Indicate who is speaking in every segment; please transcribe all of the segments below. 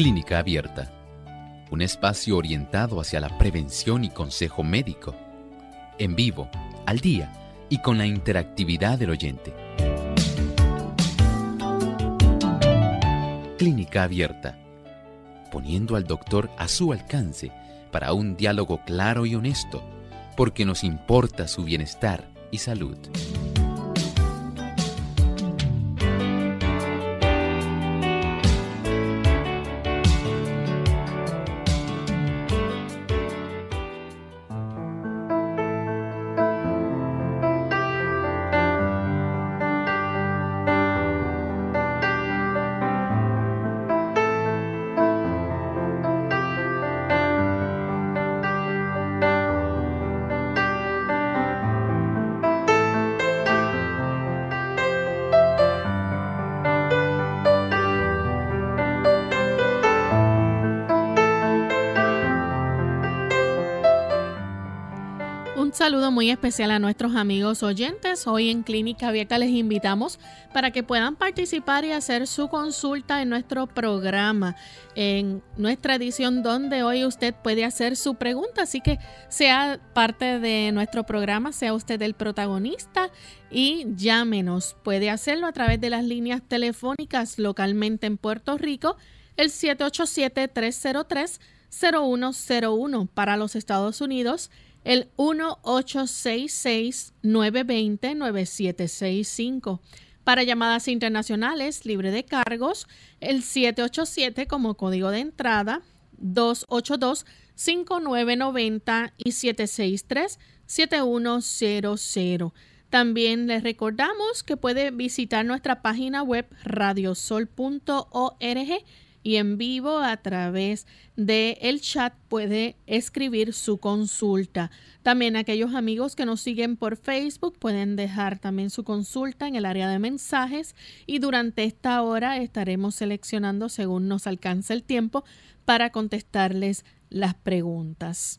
Speaker 1: Clínica Abierta, un espacio orientado hacia la prevención y consejo médico, en vivo, al día y con la interactividad del oyente. Clínica Abierta, poniendo al doctor a su alcance para un diálogo claro y honesto, porque nos importa su bienestar y salud.
Speaker 2: Un saludo muy especial a nuestros amigos oyentes. Hoy en Clínica Abierta les invitamos para que puedan participar y hacer su consulta en nuestro programa, en nuestra edición donde hoy usted puede hacer su pregunta. Así que sea parte de nuestro programa, sea usted el protagonista y llámenos. Puede hacerlo a través de las líneas telefónicas localmente en Puerto Rico, el 787-303-0101 para los Estados Unidos, el 1-866-920-9765. Para llamadas internacionales, libre de cargos, el 787 como código de entrada, 282-5990 y 763-7100. También les recordamos que puede visitar nuestra página web radiosol.org y en vivo a través del chat puede escribir su consulta. También aquellos amigos que nos siguen por Facebook pueden dejar también su consulta en el área de mensajes y durante esta hora estaremos seleccionando según nos alcance el tiempo para contestarles las preguntas.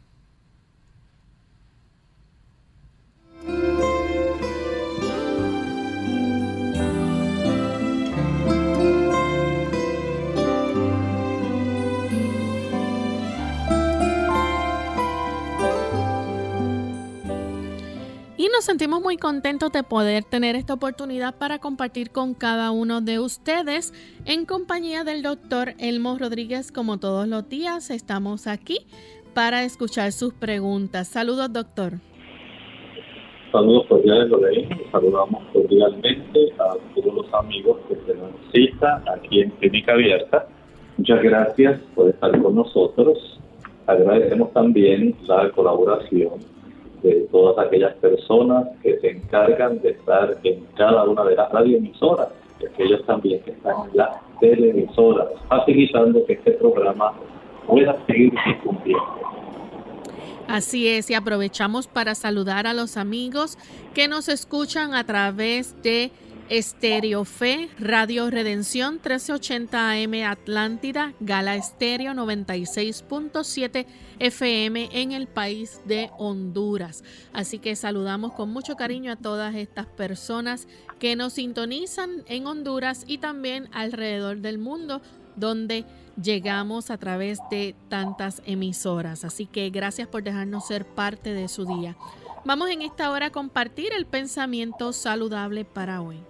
Speaker 2: Y nos sentimos muy contentos de poder tener esta oportunidad para compartir con cada uno de ustedes en compañía del doctor Elmo Rodríguez. Como todos los días, estamos aquí para escuchar sus preguntas. Saludos, doctor.
Speaker 3: Saludos cordiales, Lorena. Saludamos cordialmente a todos los amigos que se nos cita aquí en Clínica Abierta. Muchas gracias por estar con nosotros. Agradecemos también la colaboración de todas aquellas personas que se encargan de estar en cada una de las radioemisoras y aquellos también que están en las televisoras, facilitando que este programa pueda seguir difundiendo.
Speaker 2: Así es, y aprovechamos para saludar a los amigos que nos escuchan a través de Estéreo Fe, Radio Redención 1380 AM Atlántida, Gala Estéreo 96.7 FM en el país de Honduras. Así que saludamos con mucho cariño a todas estas personas que nos sintonizan en Honduras y también alrededor del mundo, donde llegamos a través de tantas emisoras. Así que gracias por dejarnos ser parte de su día. Vamos en esta hora a compartir el pensamiento saludable para hoy.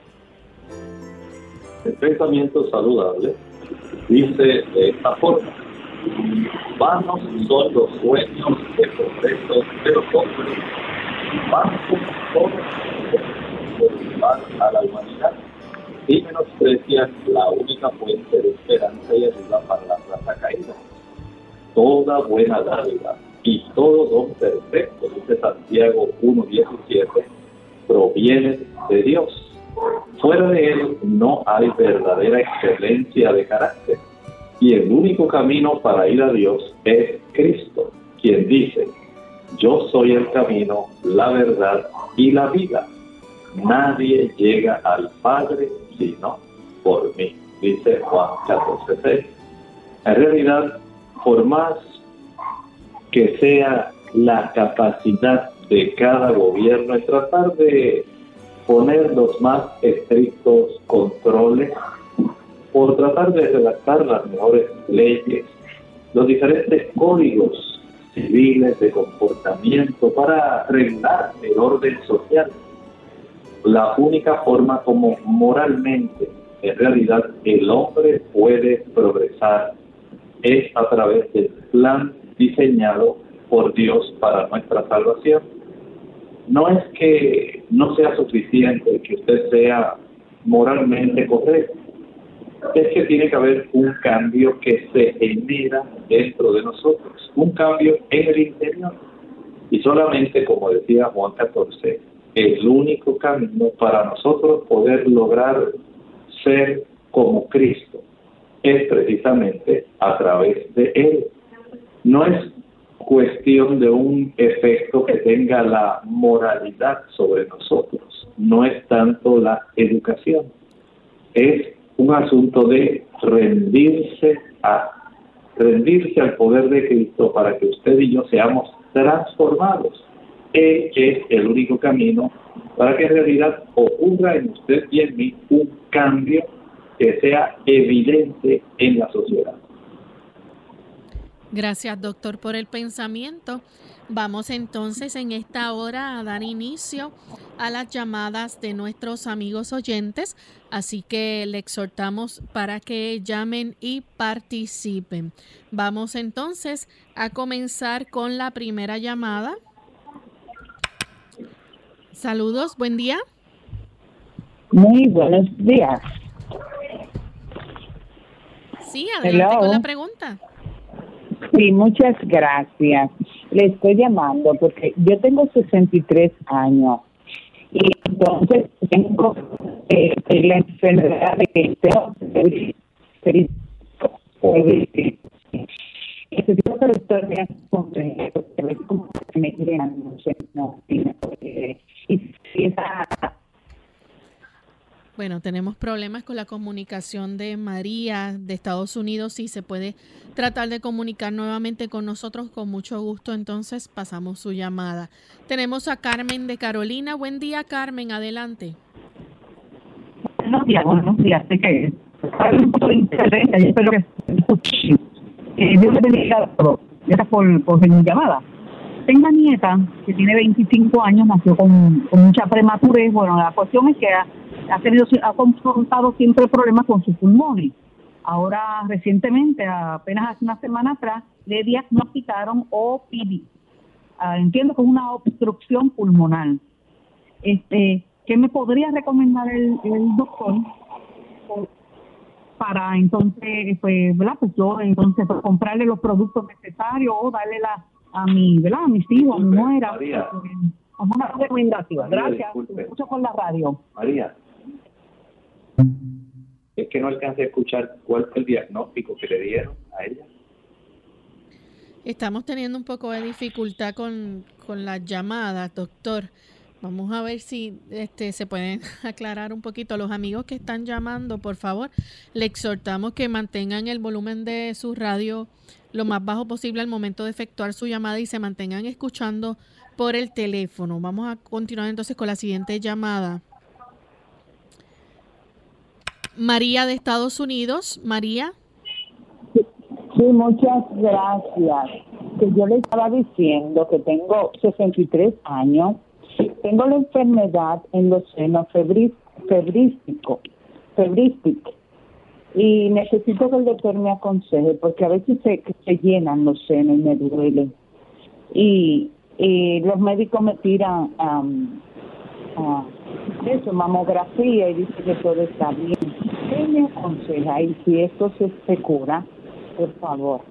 Speaker 3: El pensamiento saludable dice de esta forma: vanos son los sueños de progreso de los hombres, vanos son todos los llevar a la humanidad y menosprecian la única fuente de esperanza y ayuda para la raza caída. Toda buena dádiva y todo don perfecto, dice Santiago 1:17, proviene de Dios. Fuera de él no hay verdadera excelencia de carácter, y el único camino para ir a Dios es Cristo, quien dice: yo soy el camino, la verdad y la vida. Nadie llega al Padre sino por mí, dice Juan 14:6. En realidad, por más que sea la capacidad de cada gobierno en tratar de poner los más estrictos controles por tratar de redactar las mejores leyes, los diferentes códigos civiles de comportamiento para regular el orden social. La única forma como moralmente, en realidad, el hombre puede progresar es a través del plan diseñado por Dios para nuestra salvación. No es que no sea suficiente que usted sea moralmente correcto, es que tiene que haber un cambio que se genera dentro de nosotros, un cambio en el interior. Y solamente, como decía Juan 14, el único camino para nosotros poder lograr ser como Cristo es precisamente a través de Él. No es cuestión de un efecto que tenga la moralidad sobre nosotros, no es tanto la educación, es un asunto de rendirse al poder de Cristo para que usted y yo seamos transformados. Él es el único camino para que en realidad ocurra en usted y en mí un cambio que sea evidente en la sociedad.
Speaker 2: Gracias, doctor, por el pensamiento. Vamos entonces en esta hora a dar inicio a las llamadas de nuestros amigos oyentes, así que le exhortamos para que llamen y participen. Vamos entonces a comenzar con la primera llamada. Saludos, buen día.
Speaker 4: Muy buenos días.
Speaker 2: Sí, adelante con la pregunta.
Speaker 4: Sí, muchas gracias. Le estoy llamando porque yo tengo 63 años y entonces tengo la enfermedad de que tengo necesito que el doctor me aconseje porque a veces como que me crean, no sé, y si esa...
Speaker 2: Bueno, tenemos problemas con la comunicación de María de Estados Unidos. Si se puede tratar de comunicar nuevamente con nosotros, con mucho gusto, entonces pasamos su llamada. Tenemos a Carmen de Carolina. Buen día, Carmen, adelante.
Speaker 5: Buenos días. Sé que hay un poco de interés, yo espero que escuchen. Dios le bendiga a todos. Gracias por mi llamada. Tengo una nieta que tiene 25 años, nació con mucha prematurez. Bueno, la cuestión es que ha confrontado siempre problemas con sus pulmones. Ahora, recientemente, apenas hace una semana atrás, le diagnosticaron OPD. Entiendo que es una obstrucción pulmonar. ¿Qué me podría recomendar el doctor para entonces, ¿verdad? Pues yo entonces comprarle los productos necesarios o darle a mis hijos, a mi nuera?
Speaker 3: María.
Speaker 5: Una recomendación.
Speaker 3: María,
Speaker 5: Gracias.
Speaker 3: disculpe.
Speaker 5: Escucho por la radio.
Speaker 3: María, es que no alcancé a escuchar cuál fue el diagnóstico que le dieron a ella.
Speaker 2: Estamos teniendo un poco de dificultad con las llamadas, doctor. Vamos a ver si se pueden aclarar un poquito. Los amigos que están llamando, por favor, le exhortamos que mantengan el volumen de su radio lo más bajo posible al momento de efectuar su llamada y se mantengan escuchando por el teléfono. Vamos a continuar entonces con la siguiente llamada. María de Estados Unidos. María.
Speaker 4: Sí, muchas gracias. Que yo le estaba diciendo que tengo 63 años, tengo la enfermedad en los senos febrística y necesito que el doctor me aconseje porque a veces se llenan los senos y me duelen y los médicos me tiran mamografía y dicen que todo está bien. ¿Qué me aconseja? Y si esto se cura, por favor.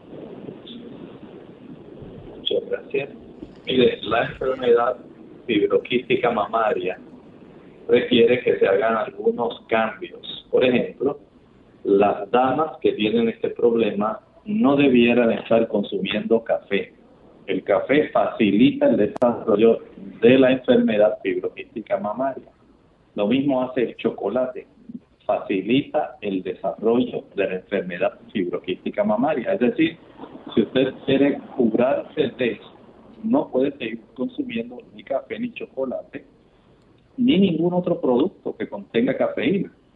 Speaker 3: Muchas gracias. Mire, la enfermedad fibroquística mamaria requiere que se hagan algunos cambios. Por ejemplo, las damas que tienen este problema no debieran estar consumiendo café. El café facilita el desarrollo de la enfermedad fibroquística mamaria. Lo mismo hace el chocolate, facilita el desarrollo de la enfermedad fibroquística mamaria. Es decir, si usted quiere curarse de eso, no puede seguir consumiendo ni café ni chocolate, ni ningún otro producto que contenga cafeína.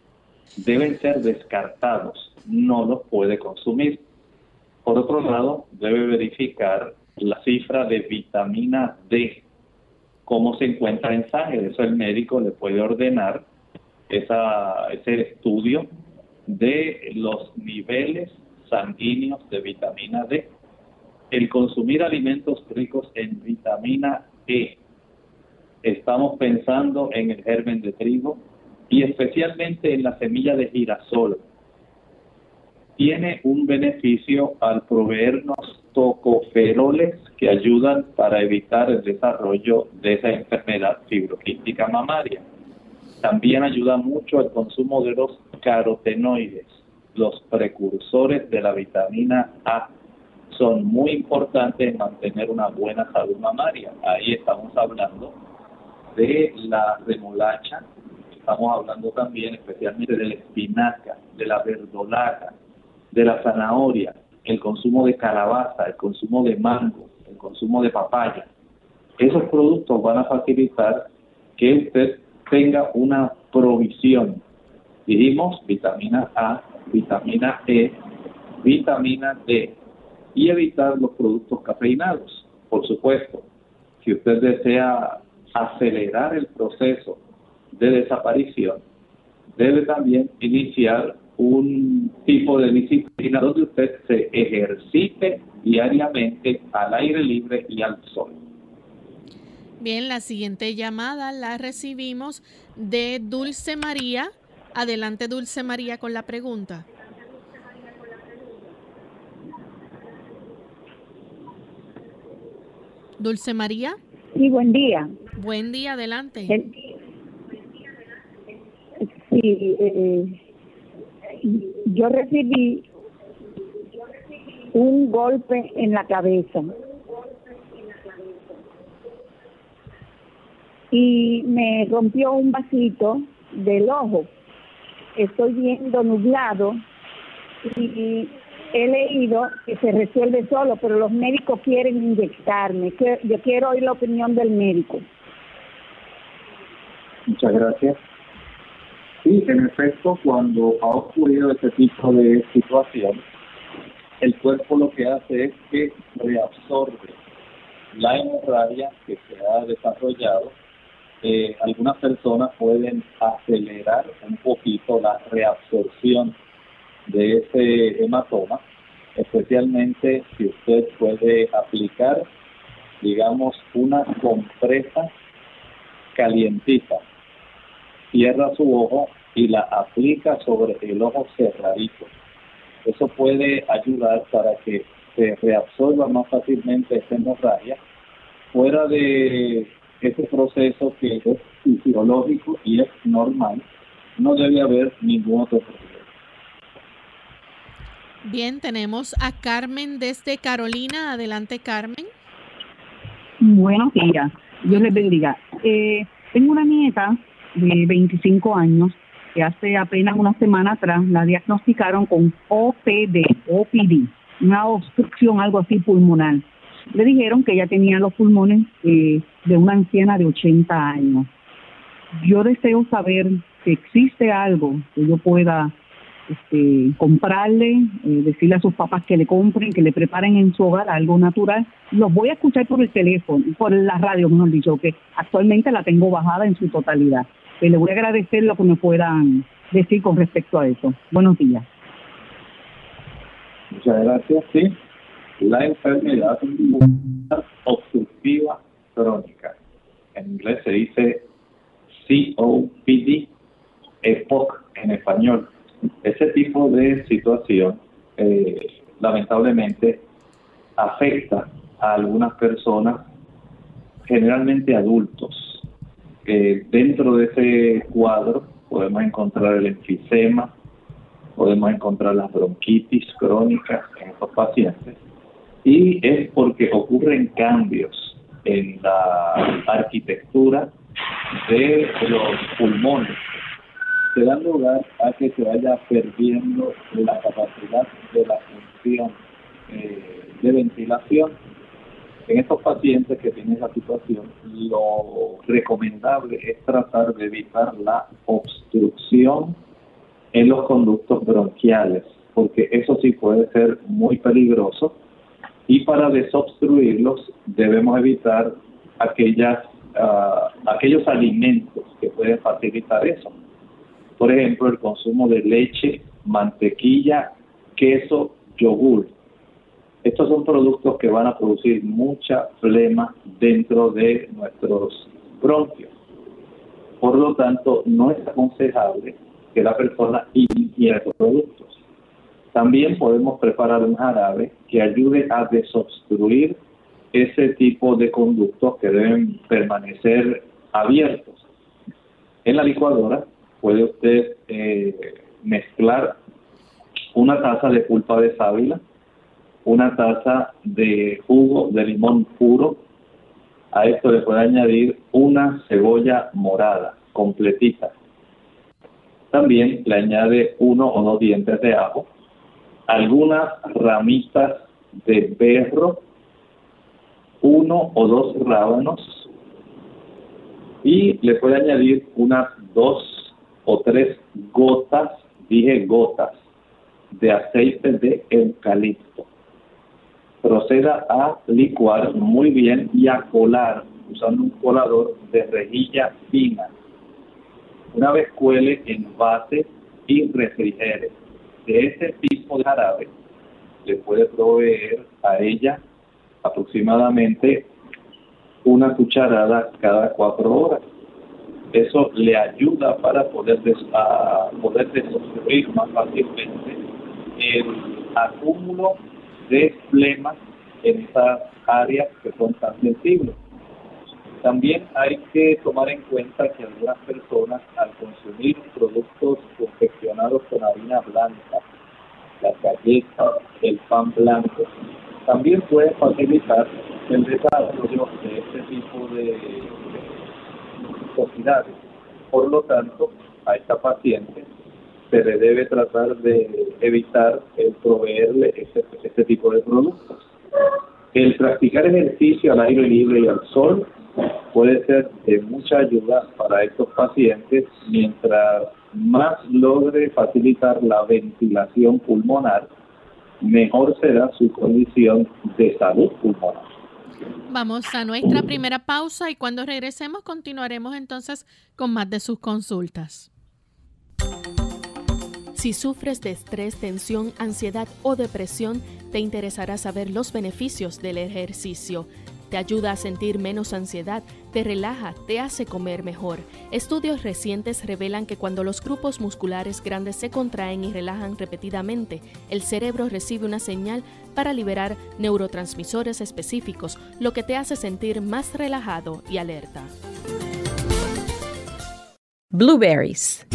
Speaker 3: deben ser descartados, no los puede consumir. Por otro lado, debe verificar la cifra de vitamina D, cómo se encuentra en sangre. Eso el médico le puede ordenar ese estudio de los niveles sanguíneos de vitamina D. El consumir alimentos ricos en vitamina E, estamos pensando en el germen de trigo y especialmente en la semilla de girasol. Tiene un beneficio al proveernos tocoferoles que ayudan para evitar el desarrollo de esa enfermedad fibroquística mamaria. También ayuda mucho el consumo de los carotenoides, los precursores de la vitamina A. Son muy importantes en mantener una buena salud mamaria. Ahí estamos hablando de la remolacha, estamos hablando también especialmente de la espinaca, de la verdolaga, de la zanahoria, el consumo de calabaza, el consumo de mango, el consumo de papaya. Esos productos van a facilitar que usted tenga una provisión. Dijimos vitamina A, vitamina E, vitamina D y evitar los productos cafeinados. Por supuesto, si usted desea acelerar el proceso de desaparición, debe también iniciar un tipo de disciplina donde usted se ejercite diariamente al aire libre y al sol.
Speaker 2: Bien, la siguiente llamada la recibimos de Dulce María. Adelante, Dulce María, con la pregunta. Dulce María.
Speaker 6: Sí, buen día.
Speaker 2: Buen día, adelante.
Speaker 6: Sí, yo recibí un golpe en la cabeza y me rompió un vasito del ojo. Estoy viendo nublado y he leído que se resuelve solo, pero los médicos quieren inyectarme. Yo quiero oír la opinión del médico.
Speaker 3: Muchas gracias. Sí, en efecto, cuando ha ocurrido este tipo de situación, el cuerpo lo que hace es que reabsorbe la hemorragia que se ha desarrollado. Algunas personas pueden acelerar un poquito la reabsorción de ese hematoma, especialmente si usted puede aplicar, digamos, una compresa calientita. Cierra su ojo y la aplica sobre el ojo cerradito. Eso puede ayudar para que se reabsorba más fácilmente esta hemorragia. Fuera de ese proceso que es fisiológico y es normal, no debe haber ningún otro problema.
Speaker 2: Bien, tenemos a Carmen desde Carolina. Adelante, Carmen.
Speaker 5: Buenos días. Dios les bendiga. Tengo una nieta de 25 años que hace apenas una semana atrás la diagnosticaron con OPD, una obstrucción, algo así pulmonar. Le dijeron que ella tenía los pulmones de una anciana de 80 años. Yo deseo saber si existe algo que yo pueda comprarle, decirle a sus papás que le compren, que le preparen en su hogar algo natural. Los voy a escuchar por el teléfono, por la radio, mejor dicho, que actualmente la tengo bajada en su totalidad. Le voy a agradecer lo que me puedan decir con respecto a eso. Buenos días.
Speaker 3: Muchas gracias. Sí, la enfermedad obstructiva crónica, en inglés se dice COPD, EPOC en español. Ese tipo de situación lamentablemente afecta a algunas personas, generalmente adultos. Dentro de ese cuadro podemos encontrar el enfisema, podemos encontrar las bronquitis crónicas en estos pacientes, y es porque ocurren cambios en la arquitectura de los pulmones que dan lugar a que se vaya perdiendo la capacidad de la función de ventilación. En estos pacientes que tienen esa situación, lo recomendable es tratar de evitar la obstrucción en los conductos bronquiales, porque eso sí puede ser muy peligroso, y para desobstruirlos debemos evitar aquellos alimentos que pueden facilitar eso. Por ejemplo, el consumo de leche, mantequilla, queso, yogur. Estos son productos que van a producir mucha flema dentro de nuestros bronquios. Por lo tanto, no es aconsejable que la persona ingiera estos productos. También podemos preparar un jarabe que ayude a desobstruir ese tipo de conductos que deben permanecer abiertos. En la licuadora puede usted mezclar una taza de pulpa de sábila, una taza de jugo de limón puro. A esto le puede añadir una cebolla morada completita. También le añade 1 o 2 dientes de ajo, algunas ramitas de berro, 1 o 2 rábanos, y le puede añadir unas 2 o 3 gotas, dije gotas, de aceite de eucalipto. Proceda a licuar muy bien y a colar usando un colador de rejilla fina. Una vez cuele, envase y refrigere. De ese tipo de jarabe le puede proveer a ella aproximadamente 1 cucharada cada 4 horas. Eso le ayuda para poder desobstruir más fácilmente el acúmulo de flema en esas áreas que son tan sensibles. También hay que tomar en cuenta que algunas personas, al consumir productos confeccionados con harina blanca, las galletas, el pan blanco, también puede facilitar el desarrollo de este tipo de viscosidades. Por lo tanto, a esta paciente se le debe tratar de evitar el proveerle este tipo de productos. El practicar ejercicio al aire libre y al sol puede ser de mucha ayuda para estos pacientes, mientras más logre facilitar la ventilación pulmonar, mejor será su condición de salud pulmonar.
Speaker 2: Vamos a nuestra primera pausa y cuando regresemos continuaremos entonces con más de sus consultas. Si sufres de estrés, tensión, ansiedad o depresión, te interesará saber los beneficios del ejercicio. Te ayuda a sentir menos ansiedad, te relaja, te hace comer mejor. Estudios recientes revelan que cuando los grupos musculares grandes se contraen y relajan repetidamente, el cerebro recibe una señal para liberar neurotransmisores específicos, lo que te hace sentir más relajado y alerta.
Speaker 7: Blueberries.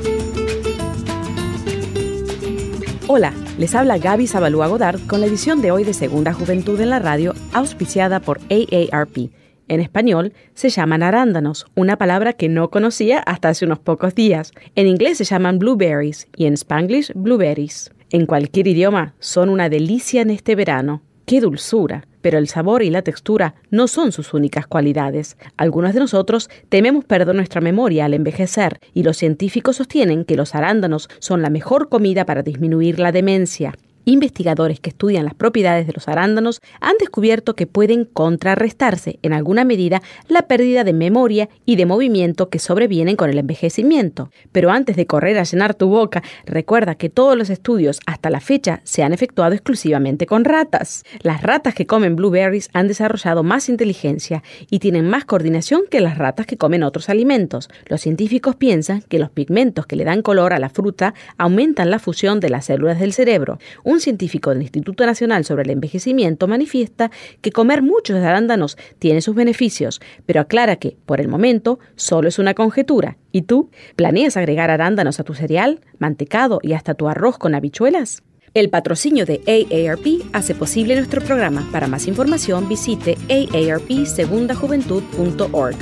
Speaker 7: Hola, les habla Gaby Zabalúa Godard con la edición de hoy de Segunda Juventud en la Radio, auspiciada por AARP. En español se llaman arándanos, una palabra que no conocía hasta hace unos pocos días. En inglés se llaman blueberries y en Spanglish blueberries. En cualquier idioma son una delicia en este verano. ¡Qué dulzura! Pero el sabor y la textura no son sus únicas cualidades. Algunos de nosotros tememos perder nuestra memoria al envejecer y los científicos sostienen que los arándanos son la mejor comida para disminuir la demencia. Investigadores que estudian las propiedades de los arándanos han descubierto que pueden contrarrestarse en alguna medida la pérdida de memoria y de movimiento que sobrevienen con el envejecimiento. Pero antes de correr a llenar tu boca, recuerda que todos los estudios hasta la fecha se han efectuado exclusivamente con ratas. Las ratas que comen blueberries han desarrollado más inteligencia y tienen más coordinación que las ratas que comen otros alimentos. Los científicos piensan que los pigmentos que le dan color a la fruta aumentan la fusión de las células del cerebro. Un científico del Instituto Nacional sobre el Envejecimiento manifiesta que comer muchos arándanos tiene sus beneficios, pero aclara que, por el momento, solo es una conjetura. ¿Y tú? ¿Planeas agregar arándanos a tu cereal, mantecado y hasta tu arroz con habichuelas? El patrocinio de AARP hace posible nuestro programa. Para más información, visite aarpsegundajuventud.org.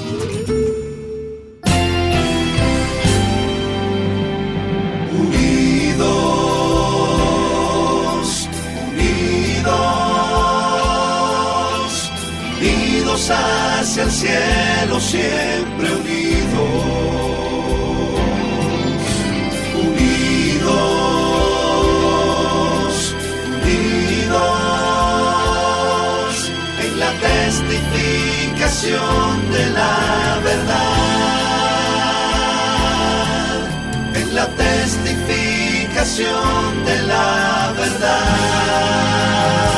Speaker 8: Unidos hacia el cielo, siempre unidos, testificación de la verdad, en la testificación de la verdad.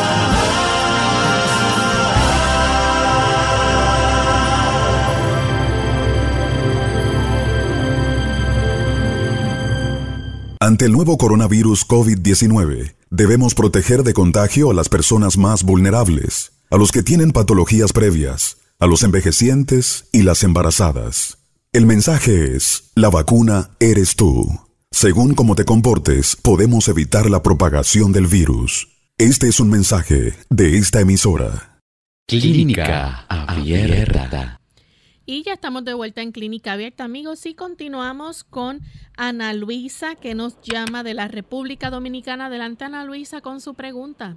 Speaker 9: Ante el nuevo coronavirus COVID-19, debemos proteger de contagio a las personas más vulnerables, a los que tienen patologías previas, a los envejecientes y las embarazadas. El mensaje es: la vacuna eres tú. Según cómo te comportes, podemos evitar la propagación del virus. Este es un mensaje de esta emisora.
Speaker 1: Clínica Abierta.
Speaker 2: Y ya estamos de vuelta en Clínica Abierta, amigos, y continuamos con Ana Luisa, que nos llama de la República Dominicana. Adelante, Ana Luisa, con su pregunta.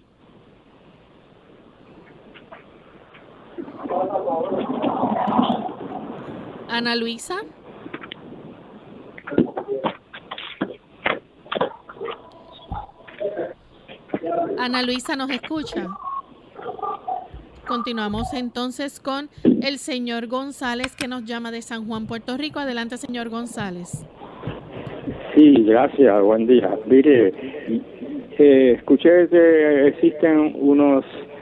Speaker 2: Ana Luisa. Ana Luisa, ¿nos escucha? Continuamos entonces con el señor González, que nos llama de San Juan, Puerto Rico. Adelante, señor González.
Speaker 10: Sí, gracias, buen día. Mire, escuché que existen unos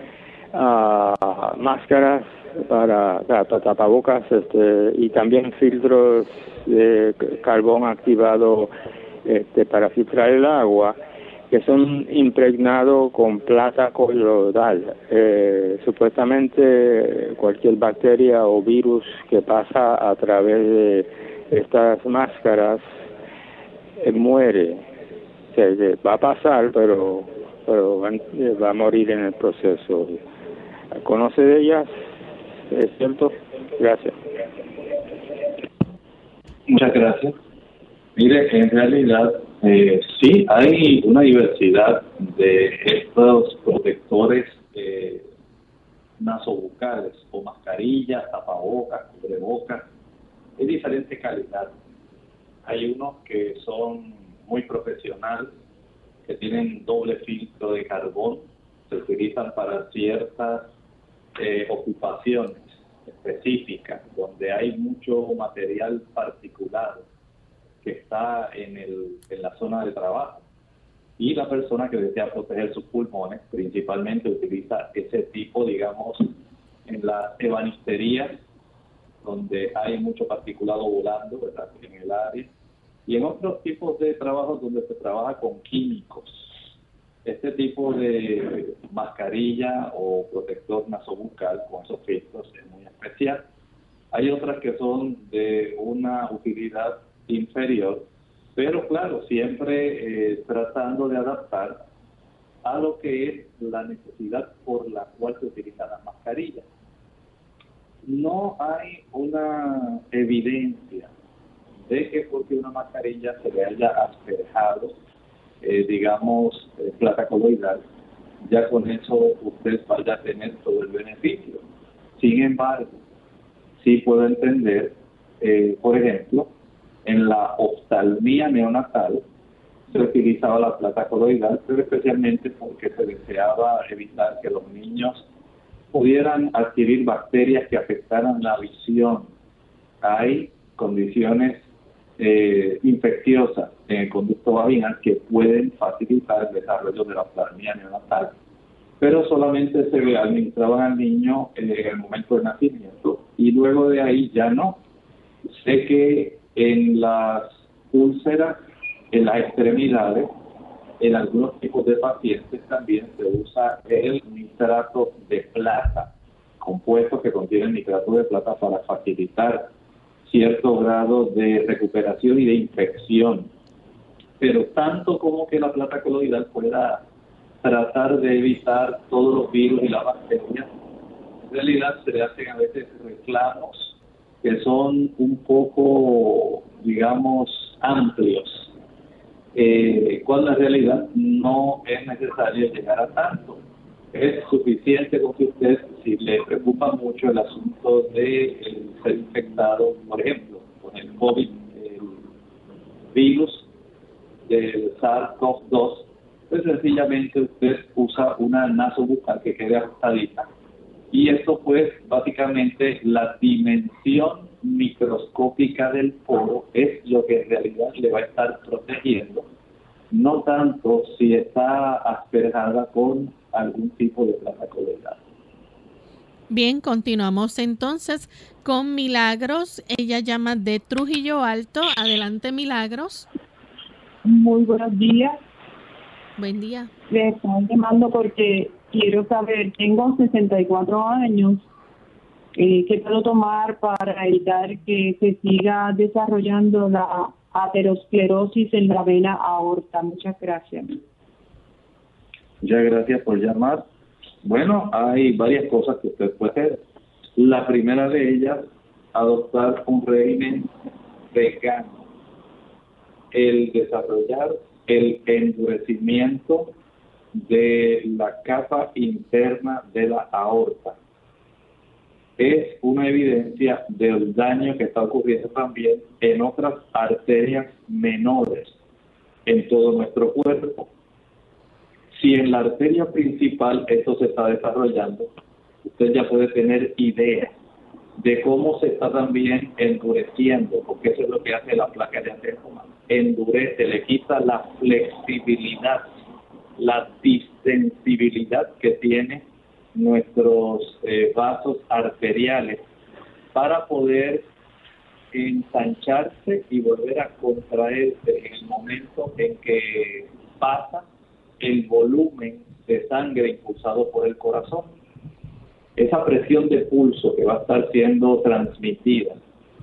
Speaker 10: máscaras para tapabocas y también filtros de carbón activado para filtrar el agua, que son impregnados con plata coloidal. Supuestamente cualquier bacteria o virus que pasa a través de estas máscaras muere. O sea, va a pasar, pero va a morir en el proceso. ¿Conoce de ellas? ¿Es cierto? Gracias.
Speaker 3: Muchas gracias. Mire, en realidad sí hay una diversidad de estos protectores nasobucales o mascarillas, tapabocas, cubrebocas, de diferente calidad. Hay unos que son muy profesionales, que tienen doble filtro de carbón, se utilizan para ciertas ocupaciones específicas, donde hay mucho material particulado que está en la zona de trabajo, y la persona que desea proteger sus pulmones principalmente utiliza ese tipo, digamos, en las ebanisterías, donde hay mucho particulado volando, ¿verdad?, en el área, y en otros tipos de trabajos donde se trabaja con químicos. Este tipo de mascarilla o protector nasobucal con esos filtros es muy especial. Hay otras que son de una utilidad inferior, pero claro, siempre tratando de adaptar a lo que es la necesidad por la cual se utilizan las mascarillas. No hay una evidencia de que porque una mascarilla se le haya asperjado, digamos, plata coloidal, ya con eso usted vaya a tener todo el beneficio. Sin embargo, sí puedo entender, por ejemplo, en la oftalmía neonatal se utilizaba la plata coloidal, pero especialmente porque se deseaba evitar que los niños pudieran adquirir bacterias que afectaran la visión. Hay condiciones infecciosas en el conducto vaginal que pueden facilitar el desarrollo de la oftalmía neonatal, pero solamente se administraban al niño en el momento del nacimiento y luego de ahí ya no. Sé que en las úlceras, en las extremidades, en algunos tipos de pacientes también se usa el nitrato de plata, compuestos que contienen nitrato de plata para facilitar cierto grado de recuperación y de infección. Pero tanto como que la plata coloidal pueda tratar de evitar todos los virus y las bacterias, en realidad se le hacen a veces reclamos que son un poco, digamos, amplios, cuando en realidad no es necesario llegar a tanto. Es suficiente con que usted, si le preocupa mucho el asunto de ser infectado, por ejemplo, con el COVID, el virus del SARS-CoV-2, pues sencillamente usted usa una nasobucal que quede ajustadita Y esto pues básicamente la dimensión microscópica del poro es lo que en realidad le va a estar protegiendo, no tanto si está asperjada con algún tipo de placa coloidal.
Speaker 2: Bien, continuamos entonces con Milagros. Ella llama de Trujillo Alto. Adelante, Milagros.
Speaker 11: Muy buenos días.
Speaker 2: Buen día.
Speaker 11: Le estoy llamando porque quiero saber, tengo 64 años, ¿qué puedo tomar para evitar que se siga desarrollando la aterosclerosis en la vena aorta? Muchas gracias.
Speaker 3: Muchas gracias por llamar. Bueno, hay varias cosas que usted puede hacer. La primera de ellas, adoptar un régimen vegano. El desarrollar el endurecimiento de la capa interna de la aorta es una evidencia del daño que está ocurriendo también en otras arterias menores en todo nuestro cuerpo. Si en la arteria principal esto se está desarrollando, usted ya puede tener idea de cómo se está también endureciendo, porque eso es lo que hace la placa de ateroma. Endurece, le quita la flexibilidad, la distensibilidad que tiene nuestros vasos arteriales para poder ensancharse y volver a contraerse en el momento en que pasa el volumen de sangre impulsado por el corazón. Esa presión de pulso que va a estar siendo transmitida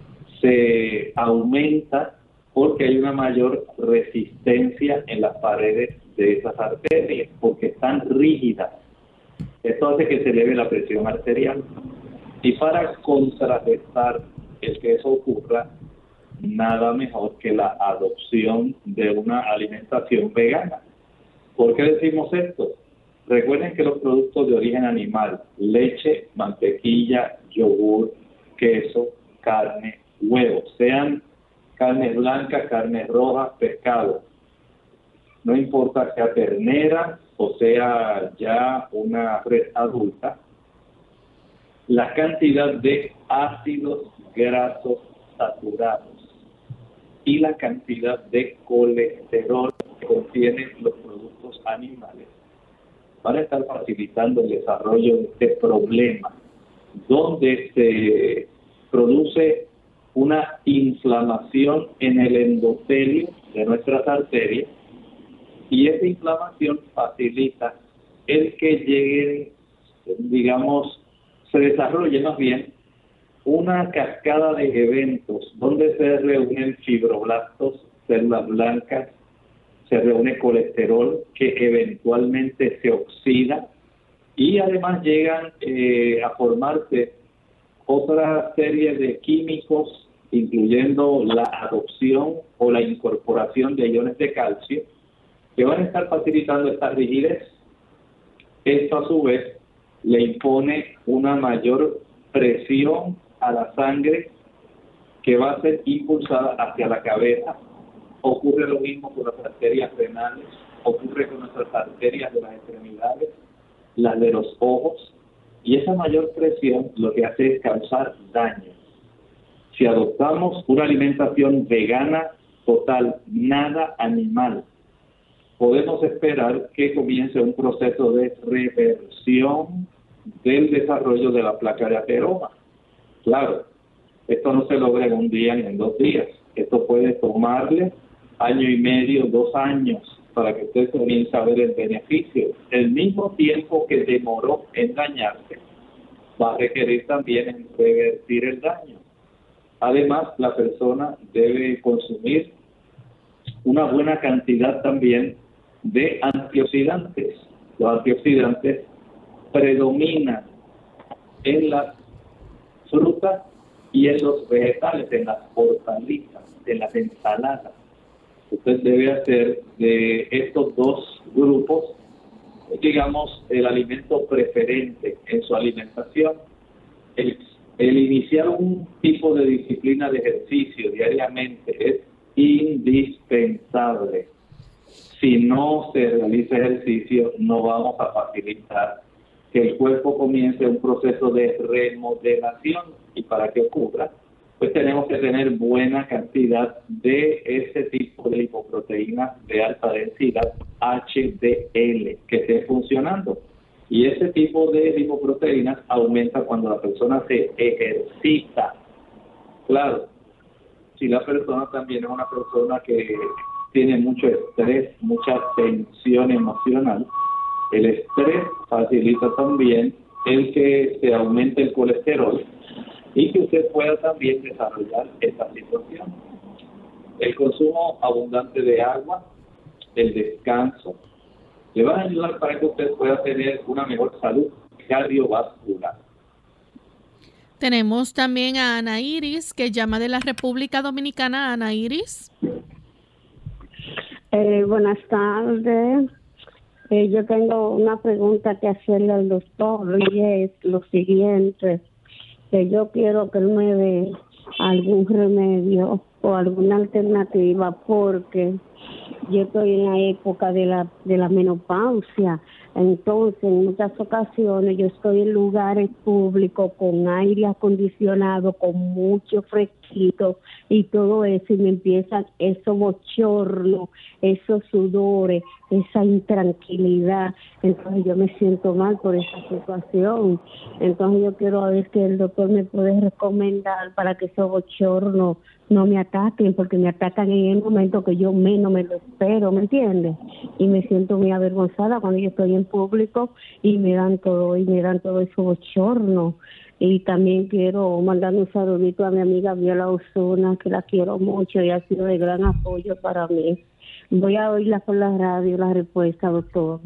Speaker 3: se aumenta porque hay una mayor resistencia en las paredes de esas arterias, porque están rígidas. Esto hace que se eleve la presión arterial. Y para contrarrestar el que eso ocurra, nada mejor que la adopción de una alimentación vegana. ¿Por qué decimos esto? Recuerden que los productos de origen animal, leche, mantequilla, yogur, queso, carne, huevos, sean carne blanca, carne roja, pescado, no importa sea ternera o sea ya una res adulta, la cantidad de ácidos grasos saturados y la cantidad de colesterol que contienen los productos animales van a estar facilitando el desarrollo de este problema, donde se produce una inflamación en el endotelio de nuestras arterias, y esa inflamación facilita el que lleguen, digamos, se desarrolle más bien una cascada de eventos donde se reúnen fibroblastos, células blancas, se reúne colesterol que eventualmente se oxida y además llegan a formarse otra serie de químicos, incluyendo la adopción o la incorporación de iones de calcio, que van a estar facilitando esta rigidez. Esto a su vez le impone una mayor presión a la sangre que va a ser impulsada hacia la cabeza. Ocurre lo mismo con las arterias renales, ocurre con nuestras arterias de las extremidades, las de los ojos, y esa mayor presión lo que hace es causar daño. Si adoptamos una alimentación vegana total, nada animal, podemos esperar que comience un proceso de reversión del desarrollo de la placa de ateroma. Claro, esto no se logra en un día ni en 2 días. Esto puede tomarle 1 año y medio, 2 años, para que usted comience a ver el beneficio. El mismo tiempo que demoró en dañarse, va a requerir también en revertir el daño. Además, la persona debe consumir una buena cantidad también de antioxidantes. Los antioxidantes predominan en las frutas y en los vegetales, en las hortalizas, en las ensaladas. Usted debe hacer de estos 2 grupos, digamos, el alimento preferente en su alimentación. El iniciar un tipo de disciplina de ejercicio diariamente es indispensable. Si no se realiza ejercicio, no vamos a facilitar que el cuerpo comience un proceso de remodelación, y para que ocurra, pues tenemos que tener buena cantidad de ese tipo de lipoproteínas de alta densidad, HDL, que esté funcionando. Y ese tipo de lipoproteínas aumenta cuando la persona se ejercita. Claro, si la persona también es una persona que tiene mucho estrés, mucha tensión emocional, el estrés facilita también el que se aumente el colesterol y que usted pueda también desarrollar esta situación. El consumo abundante de agua, el descanso, le van a ayudar para que usted pueda tener una mejor salud cardiovascular.
Speaker 2: Tenemos también a Ana Iris, que llama de la República Dominicana. Ana Iris.
Speaker 12: Buenas tardes. Yo tengo una pregunta que hacerle al doctor y es lo siguiente, que yo quiero que él me dé algún remedio o alguna alternativa porque yo estoy en la época de la menopausia. Entonces, en muchas ocasiones yo estoy en lugares públicos con aire acondicionado, con mucho fresquito y todo eso, y me empiezan esos bochornos, esos sudores, esa intranquilidad. Entonces yo me siento mal por esa situación. Entonces yo quiero ver que el doctor me puede recomendar para que esos bochornos no me ataquen, porque me atacan en el momento que yo menos me lo espero, ¿me entiendes? Y me siento muy avergonzada cuando yo estoy en público y me dan todo eso bochorno. Y también quiero mandar un saludito a mi amiga Viola Osuna, que la quiero mucho y ha sido de gran apoyo para mí. Voy a oírla por la radio, la respuesta, doctor.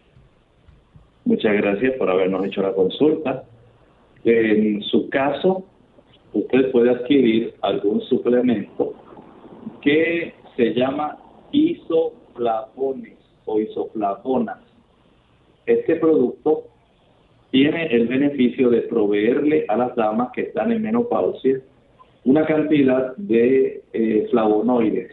Speaker 3: Muchas gracias por habernos hecho la consulta. En su caso, usted puede adquirir algún suplemento que se llama isoflavones o isoflavonas. Este producto tiene el beneficio de proveerle a las damas que están en menopausia una cantidad de flavonoides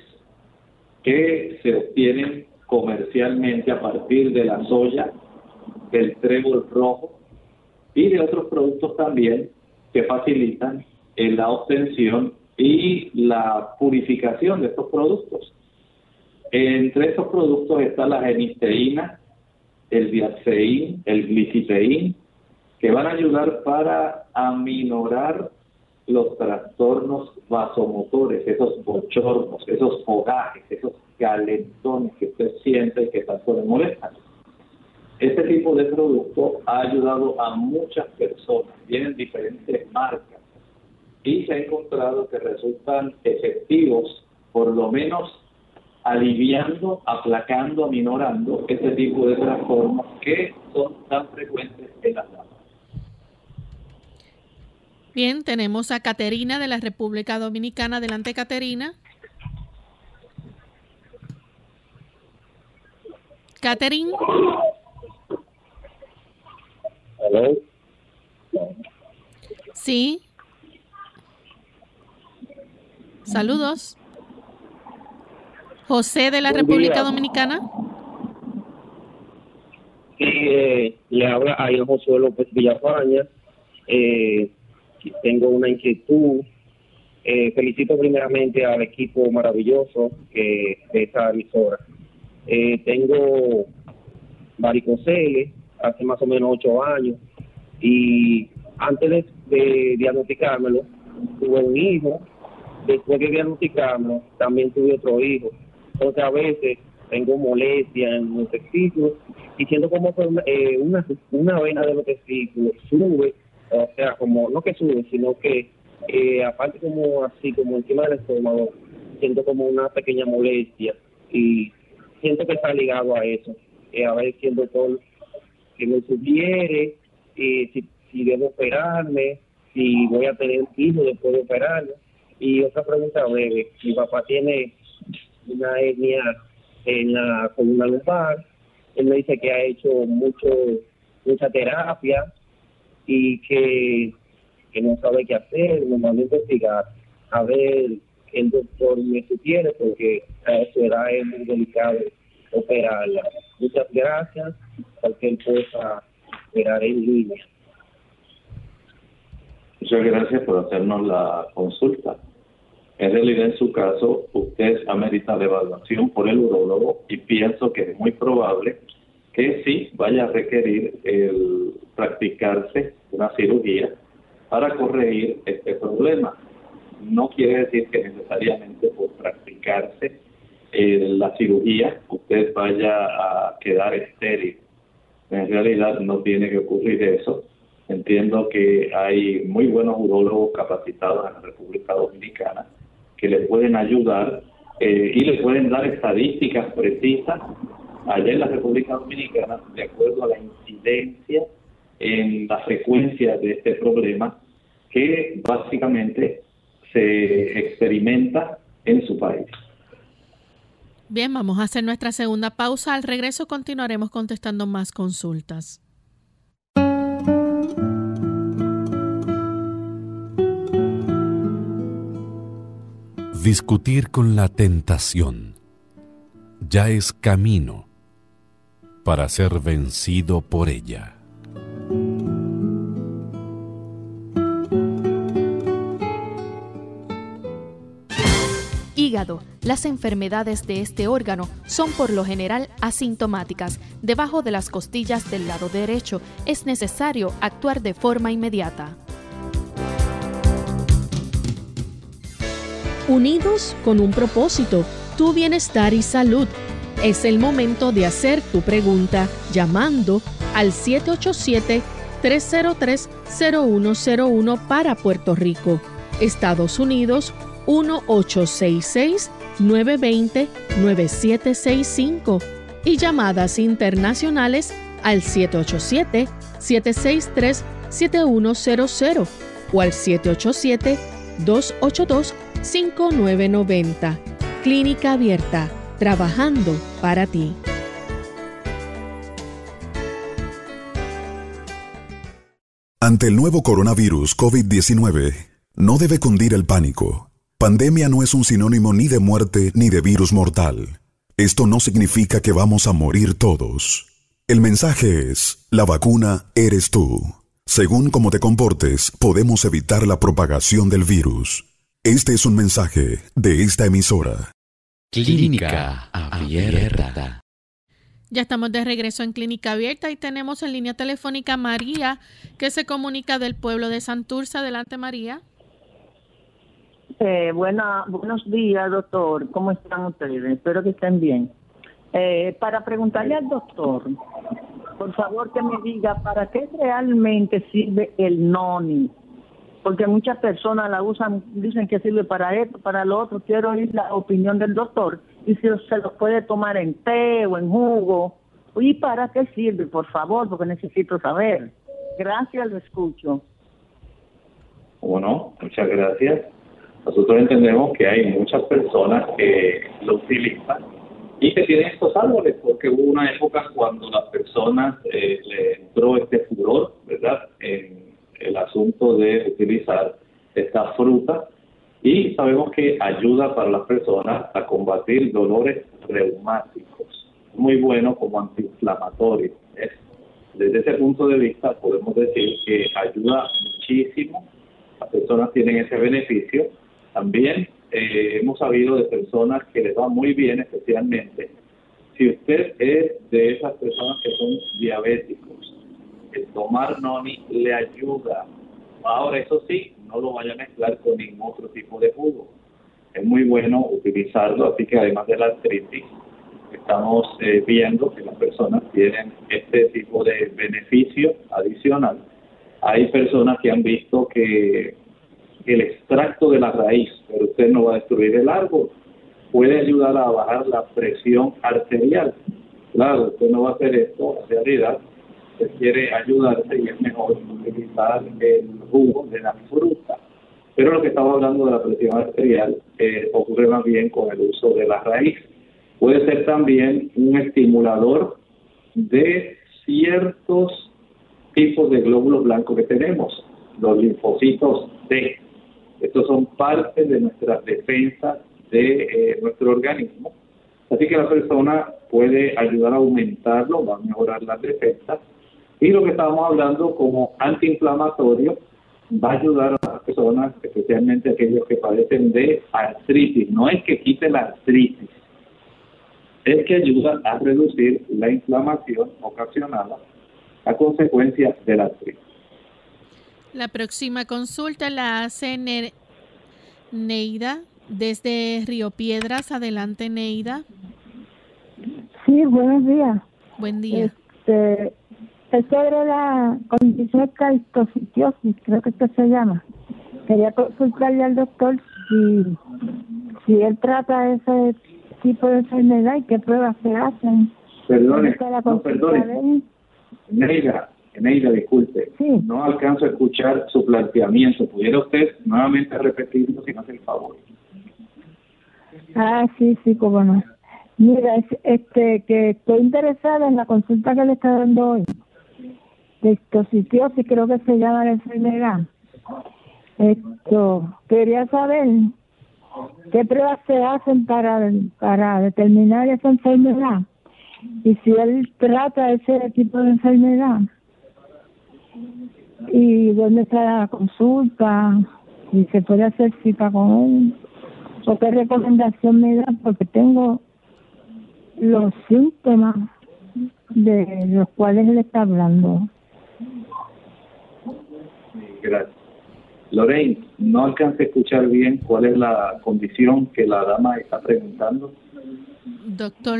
Speaker 3: que se obtienen comercialmente a partir de la soya, del trébol rojo y de otros productos también que facilitan la obtención y la purificación de estos productos. Entre estos productos está la genisteína, el diaceín, el gliciteín, que van a ayudar para aminorar los trastornos vasomotores, esos bochornos, esos fogajes, esos calentones que usted siente y que tanto le molestan. Este tipo de producto ha ayudado a muchas personas, tienen diferentes marcas y se ha encontrado que resultan efectivos, por lo menos aliviando, aplacando, aminorando este tipo de trastornos que son tan frecuentes en las damas.
Speaker 2: Bien, tenemos a Caterina de la República Dominicana. Adelante, Caterina. Caterina.
Speaker 13: ¿Aló?
Speaker 2: Sí. Saludos. José de la República Dominicana.
Speaker 13: Sí, le habla a José López Villafaña. Tengo una inquietud. Felicito primeramente al equipo maravilloso de esta emisora. Tengo varicocele hace más o menos 8 años y antes de diagnosticármelo tuve un hijo. Después de diagnosticármelo también tuve otro hijo. Entonces a veces tengo molestia en los testículos y siento como una vena de los testículos sube, o sea, como no que sube, sino que aparte como así, como encima del estómago, siento como una pequeña molestia y siento que está ligado a eso. A ver si el doctor que me sugiere si debo operarme, si voy a tener hijos después de operarme. Y otra pregunta breve, mi papá tiene una hernia en la columna lumbar, él me dice que ha hecho mucha terapia y que no sabe qué hacer, nos mandó a investigar, a ver qué el doctor me sugiere, porque a eso era muy delicado operarla. Muchas gracias, cualquier cosa esperaré en línea.
Speaker 3: Muchas gracias por hacernos la consulta. En realidad, en su caso, usted amerita la evaluación por el urólogo y pienso que es muy probable que sí vaya a requerir el practicarse una cirugía para corregir este problema. No quiere decir que necesariamente por practicarse la cirugía usted vaya a quedar estéril. En realidad no tiene que ocurrir eso. Entiendo que hay muy buenos urólogos capacitados en la República Dominicana que le pueden ayudar y le pueden dar estadísticas precisas allá en la República Dominicana de acuerdo a la incidencia en la frecuencia de este problema que básicamente se experimenta en su país.
Speaker 2: Bien, vamos a hacer nuestra segunda pausa. Al regreso continuaremos contestando más consultas.
Speaker 14: Discutir con la tentación ya es camino para ser vencido por ella.
Speaker 15: Hígado. Las enfermedades de este órgano son por lo general asintomáticas. Debajo de las costillas del lado derecho es necesario actuar de forma inmediata.
Speaker 2: Unidos con un propósito, tu bienestar y salud. Es el momento de hacer tu pregunta llamando al 787-303-0101 para Puerto Rico, Estados Unidos 1866-920-9765 y llamadas internacionales al 787-763-7100 o al 787-282-5990. Clínica Abierta, trabajando para ti.
Speaker 9: Ante el nuevo coronavirus COVID-19, no debe cundir el pánico. Pandemia no es un sinónimo ni de muerte ni de virus mortal. Esto no significa que vamos a morir todos. El mensaje es, la vacuna eres tú. Según cómo te comportes, podemos evitar la propagación del virus. Este es un mensaje de esta emisora.
Speaker 1: Clínica Abierta.
Speaker 2: Ya estamos de regreso en Clínica Abierta y tenemos en línea telefónica a María, que se comunica del pueblo de Santurce. Adelante, María.
Speaker 16: Buenos días, doctor. ¿Cómo están ustedes? Espero que estén bien. Para preguntarle al doctor, por favor que me diga, ¿para qué realmente sirve el noni? Porque muchas personas la usan, dicen que sirve para esto, para lo otro. Quiero oír la opinión del doctor y si se lo puede tomar en té o en jugo. ¿Y para qué sirve, por favor? Porque necesito saber. Gracias, lo escucho.
Speaker 3: Bueno, muchas gracias. Nosotros entendemos que hay muchas personas que lo utilizan y que tienen estos árboles, porque hubo una época cuando las personas le entró este furor, ¿verdad?, en el asunto de utilizar esta fruta, y sabemos que ayuda para las personas a combatir dolores reumáticos. Muy bueno como antiinflamatorio. Desde ese punto de vista podemos decir que ayuda muchísimo. Las personas tienen ese beneficio. También hemos sabido de personas que les va muy bien, especialmente si usted es de esas personas que son diabéticos. El tomar noni le ayuda. Ahora, eso sí, no lo vaya a mezclar con ningún otro tipo de jugo. Es muy bueno utilizarlo, así que además de la artritis, estamos viendo que las personas tienen este tipo de beneficio adicional. Hay personas que han visto que el extracto de la raíz, pero usted no va a destruir el árbol, puede ayudar a bajar la presión arterial. Claro, usted no va a hacer esto, en realidad, usted quiere ayudarse y es mejor utilizar el jugo de la fruta. Pero lo que estamos hablando de la presión arterial ocurre más bien con el uso de la raíz. Puede ser también un estimulador de ciertos tipos de glóbulos blancos que tenemos, los linfocitos T. Estos son parte de nuestras defensas de nuestro organismo. Así que la persona puede ayudar a aumentarlo, va a mejorar las defensas. Y lo que estábamos hablando como antiinflamatorio va a ayudar a las personas, especialmente aquellos que padecen de artritis. No es que quite la artritis, es que ayuda a reducir la inflamación ocasionada a consecuencia de la artritis.
Speaker 2: La próxima consulta la hace Neida desde Río Piedras. Adelante, Neida.
Speaker 17: Sí, buenos días.
Speaker 2: Buen día.
Speaker 17: Es sobre la condición de calcitocitosis, creo que esto se llama. Quería consultarle al doctor si él trata ese tipo de enfermedad y qué pruebas se hacen.
Speaker 3: Perdone. Neida, disculpe.
Speaker 17: Sí.
Speaker 3: No alcanzo a escuchar su planteamiento. ¿Pudiera usted nuevamente repetirlo si me hace el favor?
Speaker 17: Sí, cómo no. Mira, que estoy interesada en la consulta que le está dando hoy. Histocitosis, creo que se llama la enfermedad. Quería saber qué pruebas se hacen para determinar esa enfermedad y si él trata ese tipo de enfermedad y dónde está la consulta, si se puede hacer cita con él o qué recomendación me da, porque tengo los síntomas de los cuales él está hablando.
Speaker 3: Gracias. Lorraine, no alcancé a escuchar bien cuál es la condición que la dama está preguntando.
Speaker 2: Doctor,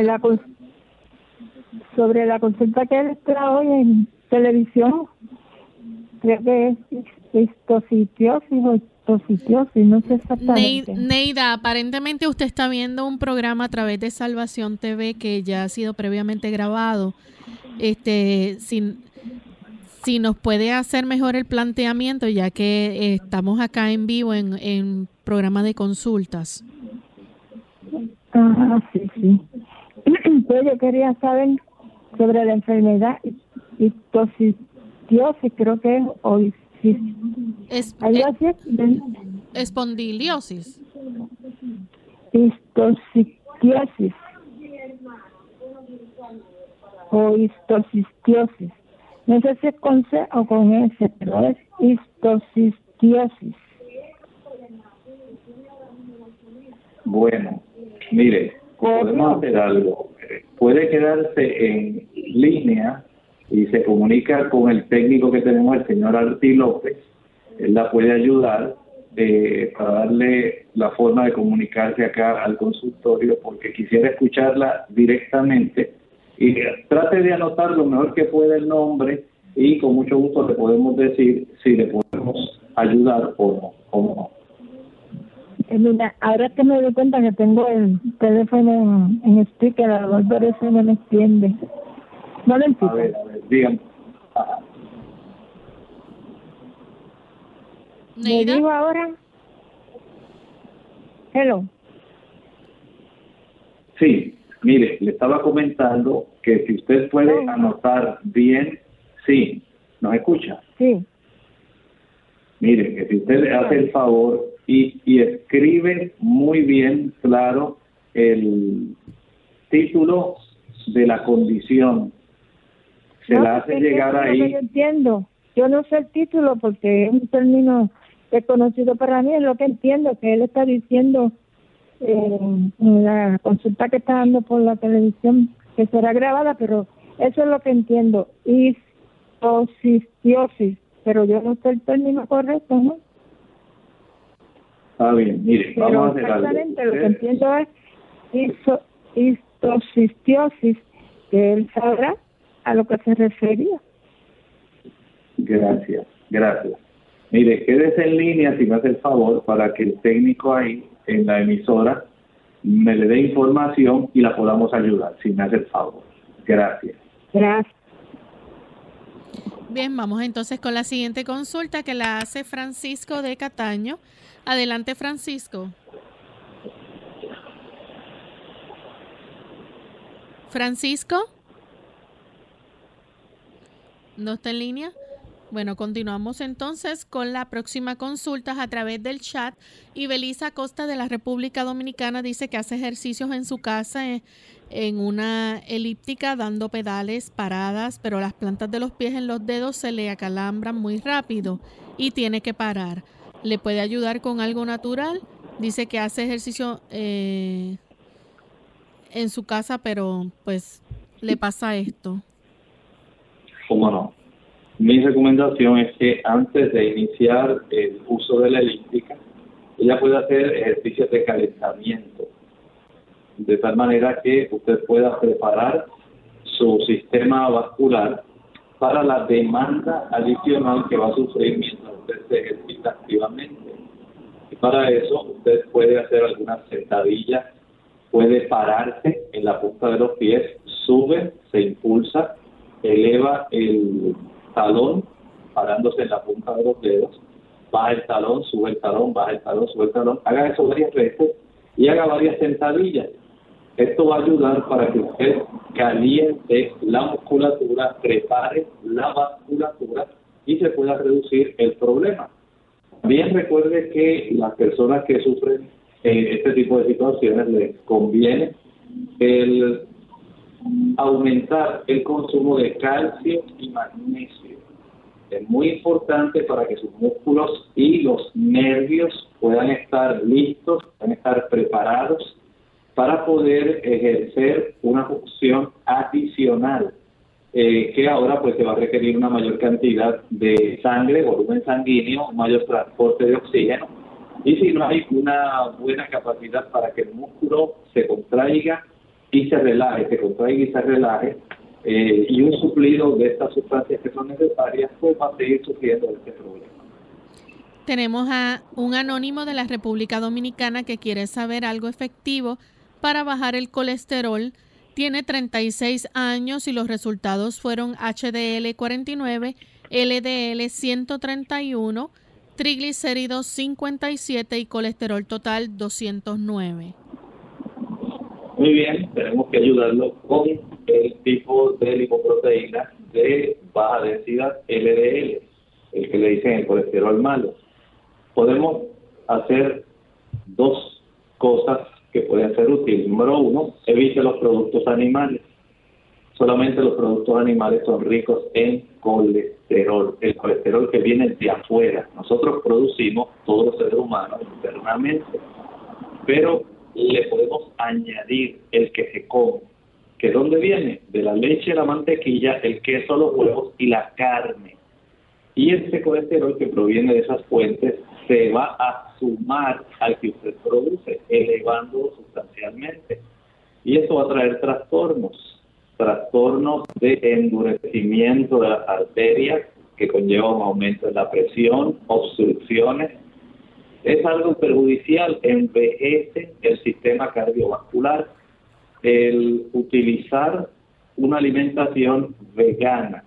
Speaker 17: sobre la consulta que él está hoy en televisión, creo que es histocitosis o histocitosis, no sé exactamente.
Speaker 2: Neida, aparentemente usted está viendo un programa a través de Salvación TV que ya ha sido previamente grabado. Si nos puede hacer mejor el planteamiento, ya que estamos acá en vivo en programa de consultas.
Speaker 17: Sí. Pues yo quería saber sobre la enfermedad histocitosis, creo que es, algo así.
Speaker 2: Espondiliosis.
Speaker 17: Histocitosis o histocitosis. No sé si es con C o con S, pero es histocitosis.
Speaker 3: Bueno, mire, podemos hacer algo. Puede quedarse en línea y se comunica con el técnico que tenemos, el señor Arti López. Él la puede ayudar para darle la forma de comunicarse acá al consultorio, porque quisiera escucharla directamente. Y trate de anotar lo mejor que pueda el nombre y con mucho gusto le podemos decir si le podemos ayudar o no.
Speaker 17: Mira, ahora que me doy cuenta que tengo el teléfono en speaker, a lo mejor por eso no me entiende. No lo entiendo.
Speaker 3: A ver, dígame.
Speaker 17: ¿Me digo ahora? Hello.
Speaker 3: Sí. Mire, le estaba comentando que si usted puede anotar bien, sí, ¿nos escucha?
Speaker 17: Sí.
Speaker 3: Mire, que si usted le hace el favor y escribe muy bien, claro, el título de la condición, se la hace llegar ahí.
Speaker 17: Yo entiendo, yo no sé el título porque es un término desconocido para mí, es lo que entiendo, que él está diciendo en la consulta que está dando por la televisión, que será grabada, pero eso es lo que entiendo, histocitosis, pero yo no sé el término correcto, ¿no?
Speaker 3: Está bien, mire,
Speaker 17: pero
Speaker 3: vamos a hacer algo.
Speaker 17: Exactamente, lo que entiendo es histocitosis, que él sabrá a lo que se refería.
Speaker 3: Gracias. Mire, quédese en línea si me hace el favor para que el técnico ahí en la emisora me le dé información y la podamos ayudar, si me hace el favor. Gracias.
Speaker 2: Bien, vamos entonces con la siguiente consulta que la hace Francisco de Cataño. Adelante, Francisco. Francisco. ¿No está en línea? Bueno, continuamos entonces con la próxima consulta a través del chat. Y Belisa Costa de la República Dominicana dice que hace ejercicios en su casa en una elíptica dando pedales paradas, pero las plantas de los pies en los dedos se le acalambran muy rápido y tiene que parar. ¿Le puede ayudar con algo natural? Dice que hace ejercicio en su casa, pero pues le pasa esto.
Speaker 3: ¿Cómo no? Mi recomendación es que antes de iniciar el uso de la elíptica, ella puede hacer ejercicios de calentamiento, de tal manera que usted pueda preparar su sistema vascular para la demanda adicional que va a sufrir mientras usted se ejercita activamente. Y para eso usted puede hacer algunas sentadillas, puede pararse en la punta de los pies, sube, se impulsa, eleva el talón, parándose en la punta de los dedos, baja el talón, sube el talón, baja el talón, sube el talón. Haga eso varias veces y haga varias sentadillas. Esto va a ayudar para que usted caliente la musculatura, prepare la vasculatura y se pueda reducir el problema. También recuerde que las personas que sufren este tipo de situaciones les conviene el aumentar el consumo de calcio y magnesio. Es muy importante para que sus músculos y los nervios puedan estar listos, puedan estar preparados para poder ejercer una función adicional que ahora pues se va a requerir una mayor cantidad de sangre, volumen sanguíneo, un mayor transporte de oxígeno, y si no hay una buena capacidad para que el músculo se contraiga y se relaje, se contraiga y se relaje, y un suplido de estas sustancias que son necesarias, pues va a seguir sufriendo de este problema.
Speaker 2: Tenemos a un anónimo de la República Dominicana que quiere saber algo efectivo para bajar el colesterol. Tiene 36 años y los resultados fueron HDL 49, LDL 131, triglicéridos 57 y colesterol total 209.
Speaker 3: Muy bien, tenemos que ayudarlo con el tipo de lipoproteína de baja densidad LDL, el que le dicen el colesterol malo. Podemos hacer dos cosas que pueden ser útiles. Número uno, evite los productos animales. Solamente los productos animales son ricos en colesterol, el colesterol que viene de afuera. Nosotros producimos, todos los seres humanos, internamente, pero le podemos añadir el que se come. ¿Que dónde viene? De la leche, la mantequilla, el queso, los huevos y la carne. Y ese colesterol que proviene de esas fuentes se va a sumar al que usted produce, elevándolo sustancialmente. Y eso va a traer trastornos de endurecimiento de las arterias, que conlleva un aumento de la presión, obstrucciones. Es algo perjudicial, envejece el sistema cardiovascular. El utilizar una alimentación vegana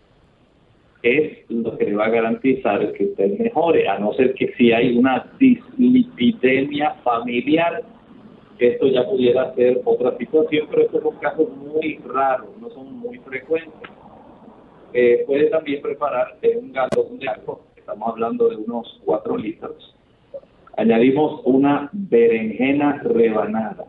Speaker 3: es lo que le va a garantizar que usted mejore, a no ser que si hay una dislipidemia familiar, esto ya pudiera ser otra situación, pero estos son casos muy raros, no son muy frecuentes. Puede también preparar un galón de agua, estamos hablando de unos 4 litros. Añadimos una berenjena rebanada.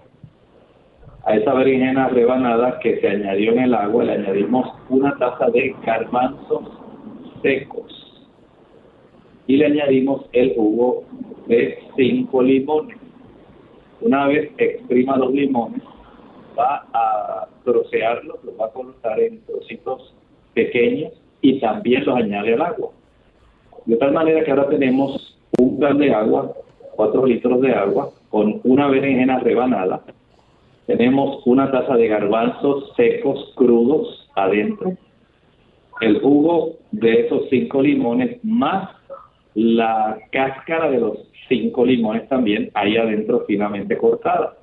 Speaker 3: A esa berenjena rebanada que se añadió en el agua le añadimos una taza de garbanzos secos y le añadimos el jugo de 5 limones. Una vez exprima los limones, va a trocearlos, los va a cortar en trocitos pequeños y también los añade al agua. De tal manera que ahora tenemos un gran de agua, 4 litros de agua, con una berenjena rebanada. Tenemos una taza de garbanzos secos, crudos, adentro. El jugo de esos 5 limones, más la cáscara de los 5 limones también, ahí adentro finamente cortada.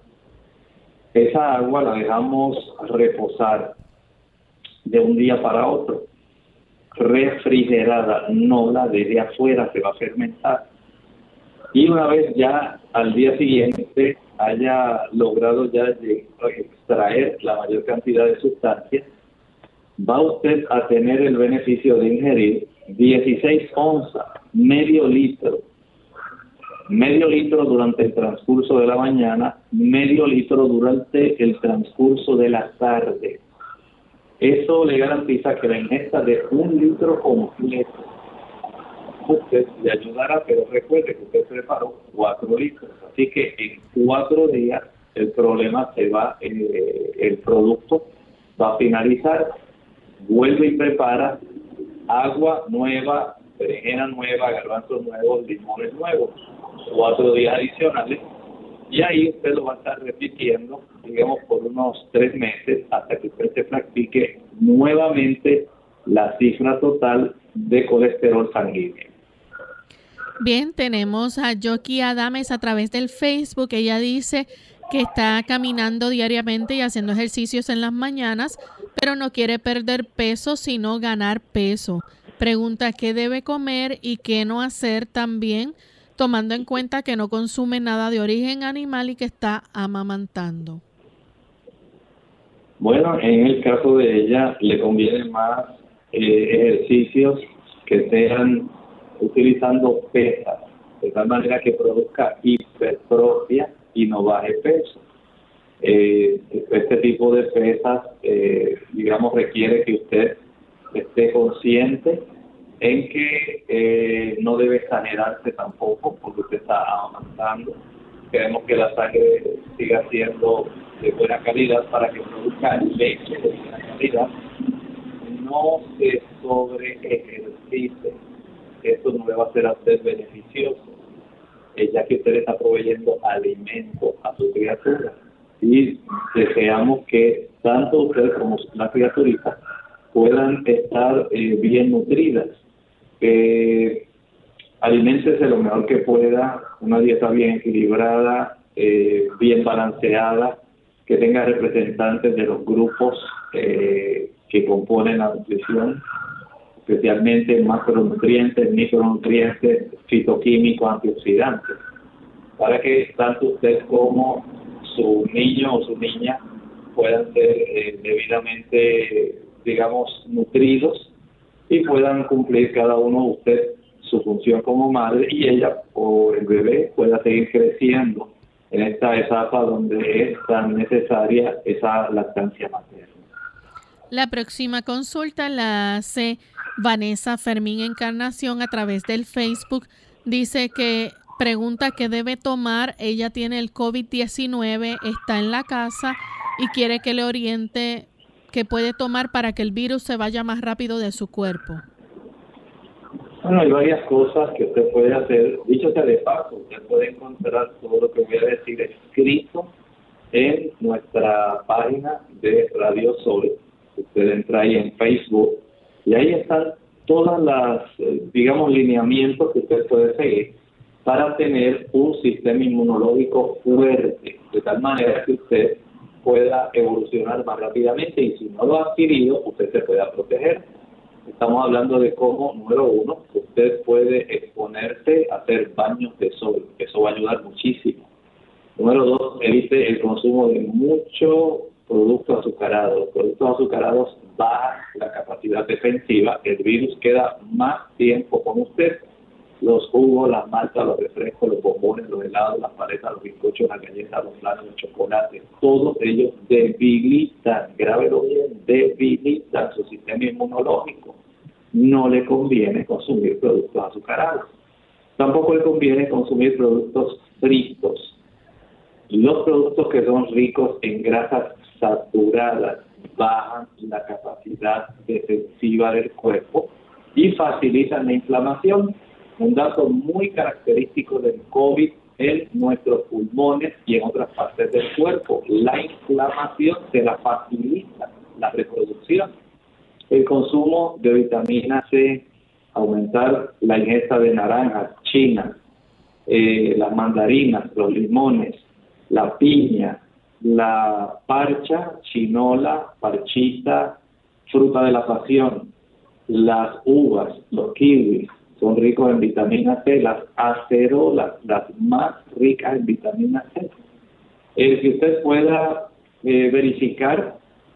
Speaker 3: Esa agua la dejamos reposar de un día para otro. Refrigerada, no la de afuera, se va a fermentar. Y una vez ya al día siguiente haya logrado ya extraer la mayor cantidad de sustancias, va usted a tener el beneficio de ingerir 16 onzas, medio litro durante el transcurso de la mañana, medio litro durante el transcurso de la tarde. Eso le garantiza que la ingesta de 1 litro completo usted le ayudará, pero recuerde que usted preparó 4 litros, así que en 4 días el problema se va, el producto va a finalizar. Vuelve y prepara agua nueva, berenjena nueva, garbanzos nuevos, limones nuevos, 4 días adicionales, y ahí usted lo va a estar repitiendo, digamos, por unos 3 meses hasta que usted se practique nuevamente la cifra total de colesterol sanguíneo.
Speaker 2: Bien, tenemos a Yoki Adames a través del Facebook. Ella dice que está caminando diariamente y haciendo ejercicios en las mañanas, pero no quiere perder peso, sino ganar peso. Pregunta qué debe comer y qué no hacer también, tomando en cuenta que no consume nada de origen animal y que está amamantando.
Speaker 3: Bueno, en el caso de ella le conviene más ejercicios que sean utilizando pesas, de tal manera que produzca hipertrofia y no baje peso. Este tipo de pesas, digamos, requiere que usted esté consciente en que no debe exagerarse tampoco, porque usted está amamantando. Queremos que la sangre siga siendo de buena calidad para que produzca leche de buena calidad. No se sobre-ejercite. Esto no le va a ser a usted beneficioso, ya que usted está proveyendo alimento a su criatura. Y deseamos que tanto usted como la criaturita puedan estar bien nutridas. Aliméntese lo mejor que pueda, una dieta bien equilibrada, bien balanceada, que tenga representantes de los grupos que componen la nutrición, especialmente macronutrientes, micronutrientes, fitoquímicos, antioxidantes, para que tanto usted como su niño o su niña puedan ser debidamente, digamos, nutridos y puedan cumplir cada uno de usted su función como madre, y ella o el bebé pueda seguir creciendo en esta etapa donde es tan necesaria esa lactancia materna.
Speaker 2: La próxima consulta la hace Vanessa Fermín Encarnación a través del Facebook. Dice que pregunta qué debe tomar. Ella tiene el COVID-19, está en la casa y quiere que le oriente qué puede tomar para que el virus se vaya más rápido de su cuerpo.
Speaker 3: Bueno, hay varias cosas que usted puede hacer. Dicho sea de paso, usted puede encontrar todo lo que voy a decir escrito en nuestra página de Radio Sol. Usted entra ahí en Facebook y ahí están todas las, digamos, lineamientos que usted puede seguir para tener un sistema inmunológico fuerte, de tal manera que usted pueda evolucionar más rápidamente, y si no lo ha adquirido, usted se pueda proteger. Estamos hablando de cómo, número 1, usted puede exponerse a hacer baños de sol. Eso va a ayudar muchísimo. Número 2, evite el consumo de mucho productos azucarados. Los productos azucarados bajan la capacidad defensiva. El virus queda más tiempo con usted. Los jugos, las maltas, los refrescos, los bombones, los helados, las paletas, los bizcochos, las galletas, los flanes, los chocolates, todos ellos debilitan, grábelo bien, debilitan su sistema inmunológico. No le conviene consumir productos azucarados. Tampoco le conviene consumir productos fritos. Los productos que son ricos en grasas saturadas bajan la capacidad defensiva del cuerpo y facilitan la inflamación. Un dato muy característico del COVID en nuestros pulmones y en otras partes del cuerpo. La inflamación se la facilita la reproducción. El consumo de vitamina C, aumentar la ingesta de naranjas, chinas, las mandarinas, los limones, la piña, la parcha, chinola, parchita, fruta de la pasión, las uvas, los kiwis, son ricos en vitamina C, las acerolas, las más ricas en vitamina C. Si usted pueda verificar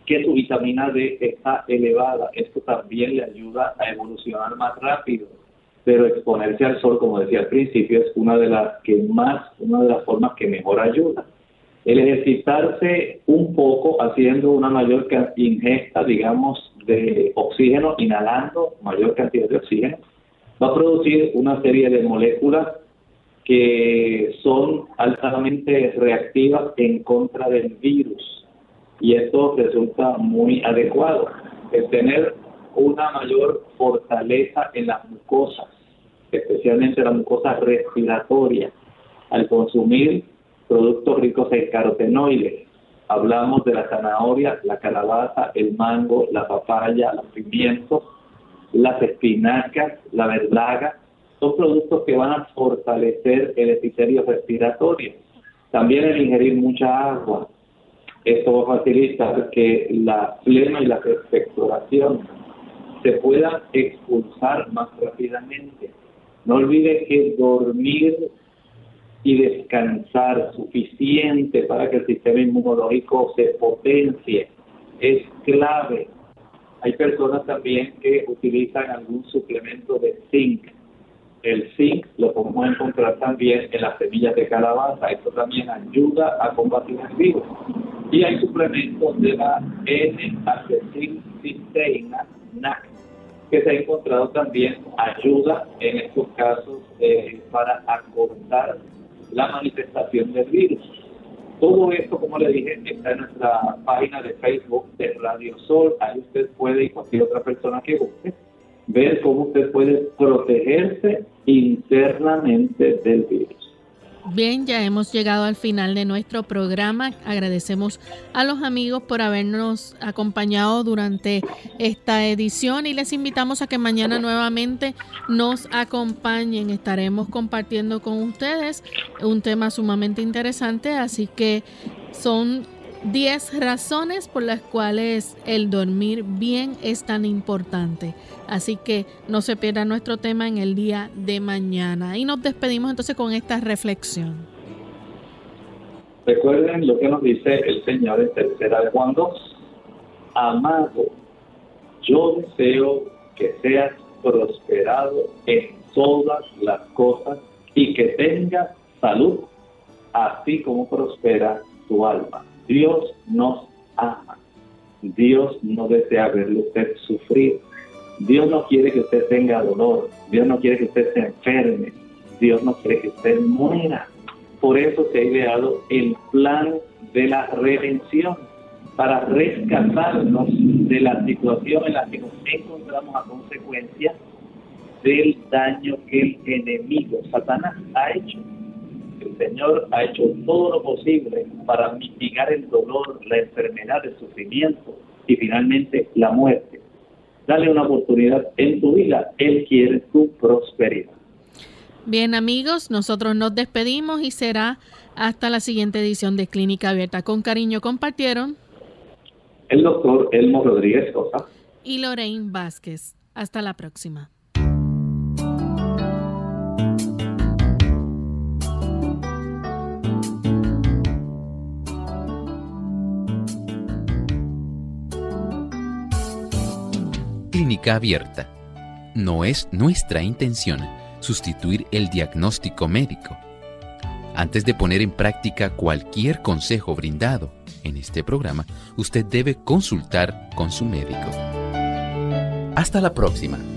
Speaker 3: que su vitamina D está elevada. Esto también le ayuda a evolucionar más rápido. Pero exponerse al sol, como decía al principio, es una de las formas que mejor ayuda. El ejercitarse un poco, haciendo una mayor ingesta, digamos, de oxígeno, inhalando mayor cantidad de oxígeno, va a producir una serie de moléculas que son altamente reactivas en contra del virus. Y esto resulta muy adecuado. El tener una mayor fortaleza en las mucosas, especialmente la mucosa respiratoria, al consumir productos ricos en carotenoides. Hablamos de la zanahoria, la calabaza, el mango, la papaya, los pimientos, las espinacas, la verdolaga. Son productos que van a fortalecer el epitelio respiratorio. También el ingerir mucha agua. Esto va a facilitar que la flema y la expectoración se puedan expulsar más rápidamente. No olvide que dormir y descansar suficiente para que el sistema inmunológico se potencie es clave. Hay personas también que utilizan algún suplemento de zinc. El zinc lo podemos encontrar también en las semillas de calabaza. Esto también ayuda a combatir el virus. Y hay suplementos de la N-acetilcisteína, NAC, que se ha encontrado también ayuda en estos casos para acortar la manifestación del virus. Todo esto, como le dije, está en nuestra página de Facebook de Radio Sol. Ahí usted puede, y cualquier otra persona que guste, ver cómo usted puede protegerse internamente del virus.
Speaker 2: Bien, ya hemos llegado al final de nuestro programa. Agradecemos a los amigos por habernos acompañado durante esta edición y les invitamos a que mañana nuevamente nos acompañen. Estaremos compartiendo con ustedes un tema sumamente interesante, así que son 10 razones por las cuales el dormir bien es tan importante. Así que no se pierda nuestro tema en el día de mañana. Y nos despedimos entonces con esta reflexión.
Speaker 3: Recuerden lo que nos dice el Señor en 3 de Juan 2. Amado, yo deseo que seas prosperado en todas las cosas y que tengas salud, así como prospera tu alma. Dios nos ama. Dios no desea verle usted sufrir. Dios no quiere que usted tenga dolor. Dios no quiere que usted se enferme. Dios no quiere que usted muera. Por eso se ha ideado el plan de la redención, para rescatarnos de la situación en la que nos encontramos a consecuencia del daño que el enemigo, Satanás, ha hecho. El Señor ha hecho todo lo posible para mitigar el dolor, la enfermedad, el sufrimiento y finalmente la muerte. Dale una oportunidad en tu vida. Él quiere tu prosperidad.
Speaker 2: Bien, amigos, nosotros nos despedimos y será hasta la siguiente edición de Clínica Abierta. Con cariño compartieron
Speaker 3: el doctor Elmo Rodríguez Sosa
Speaker 2: y Lorraine Vázquez. Hasta la próxima.
Speaker 1: Clínica Abierta. No es nuestra intención sustituir el diagnóstico médico. Antes de poner en práctica cualquier consejo brindado en este programa, usted debe consultar con su médico. Hasta la próxima.